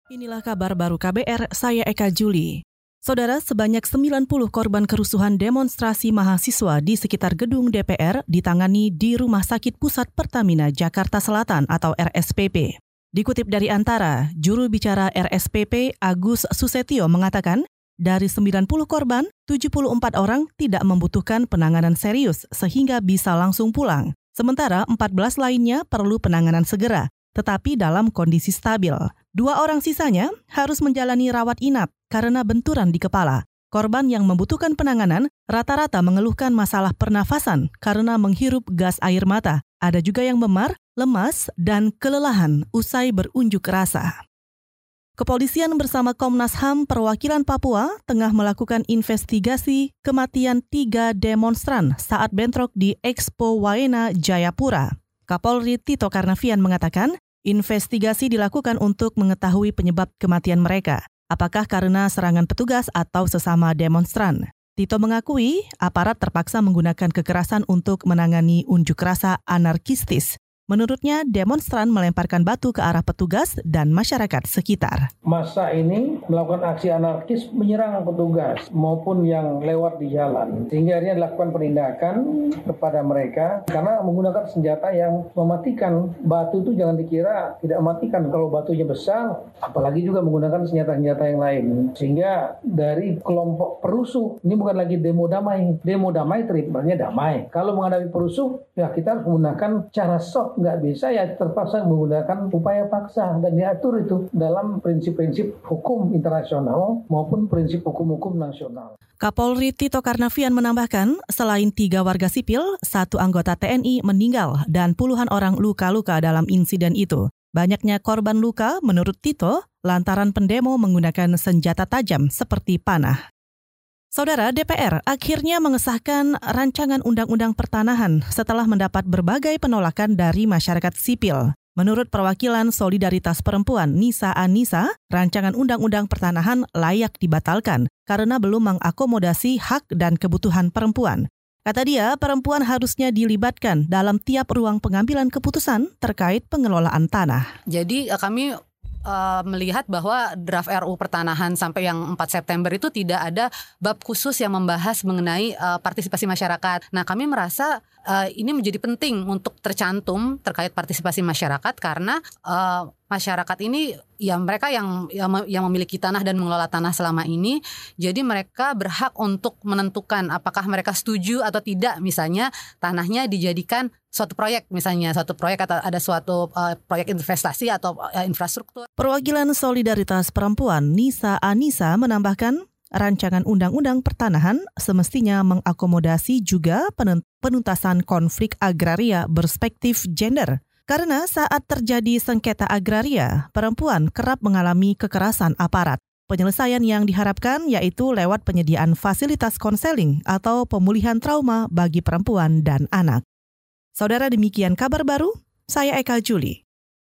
Inilah kabar baru KBR, saya Eka Juli. Saudara, sebanyak 90 korban kerusuhan demonstrasi mahasiswa di sekitar gedung DPR ditangani di Rumah Sakit Pusat Pertamina Jakarta Selatan atau RSPP. Dikutip dari Antara, juru bicara RSPP Agus Susetio mengatakan, dari 90 korban, 74 orang tidak membutuhkan penanganan serius sehingga bisa langsung pulang. Sementara 14 lainnya perlu penanganan segera, tetapi dalam kondisi stabil. 2 orang sisanya harus menjalani rawat inap karena benturan di kepala. Korban yang membutuhkan penanganan rata-rata mengeluhkan masalah pernafasan karena menghirup gas air mata. Ada juga yang memar, lemas, dan kelelahan usai berunjuk rasa. Kepolisian bersama Komnas HAM Perwakilan Papua tengah melakukan investigasi kematian 3 demonstran saat bentrok di Expo Waena, Jayapura. Kapolri Tito Karnavian mengatakan, investigasi dilakukan untuk mengetahui penyebab kematian mereka. Apakah karena serangan petugas atau sesama demonstran? Tito mengakui aparat terpaksa menggunakan kekerasan untuk menangani unjuk rasa anarkistis. Menurutnya, demonstran melemparkan batu ke arah petugas dan masyarakat sekitar. Massa ini melakukan aksi anarkis menyerang petugas maupun yang lewat di jalan. Sehingga akhirnya dilakukan penindakan kepada mereka karena menggunakan senjata yang mematikan. Batu itu jangan dikira tidak mematikan kalau batunya besar, apalagi juga menggunakan senjata-senjata yang lain. Sehingga dari kelompok perusuh, ini bukan lagi demo damai. Demo damai terimaknya damai. Kalau menghadapi perusuh, ya kita harus menggunakan cara shock. Nggak bisa ya terpaksa menggunakan upaya paksa dan diatur itu dalam prinsip-prinsip hukum internasional maupun prinsip hukum-hukum nasional. Kapolri Tito Karnavian menambahkan, selain 3 warga sipil, 1 anggota TNI meninggal dan puluhan orang luka-luka dalam insiden itu. Banyaknya korban luka menurut Tito lantaran pendemo menggunakan senjata tajam seperti panah. Saudara, DPR akhirnya mengesahkan rancangan undang-undang pertanahan setelah mendapat berbagai penolakan dari masyarakat sipil. Menurut perwakilan Solidaritas Perempuan Nisa Anissa, rancangan undang-undang pertanahan layak dibatalkan karena belum mengakomodasi hak dan kebutuhan perempuan. Kata dia, perempuan harusnya dilibatkan dalam tiap ruang pengambilan keputusan terkait pengelolaan tanah. Jadi kami melihat bahwa draft RU pertanahan sampai yang 4 September itu tidak ada bab khusus yang membahas mengenai partisipasi masyarakat. Nah, kami merasa ini menjadi penting untuk tercantum terkait partisipasi masyarakat karena masyarakat ini ya mereka yang memiliki tanah dan mengelola tanah selama ini. Jadi mereka berhak untuk menentukan apakah mereka setuju atau tidak misalnya tanahnya dijadikan suatu proyek, misalnya suatu proyek atau ada suatu proyek investasi atau infrastruktur. Perwakilan Solidaritas Perempuan Nisa Anissa menambahkan, rancangan undang-undang pertanahan semestinya mengakomodasi juga penuntasan konflik agraria berspektif gender. Karena saat terjadi sengketa agraria, perempuan kerap mengalami kekerasan aparat. Penyelesaian yang diharapkan yaitu lewat penyediaan fasilitas konseling atau pemulihan trauma bagi perempuan dan anak. Saudara, demikian kabar baru, saya Eka Juli.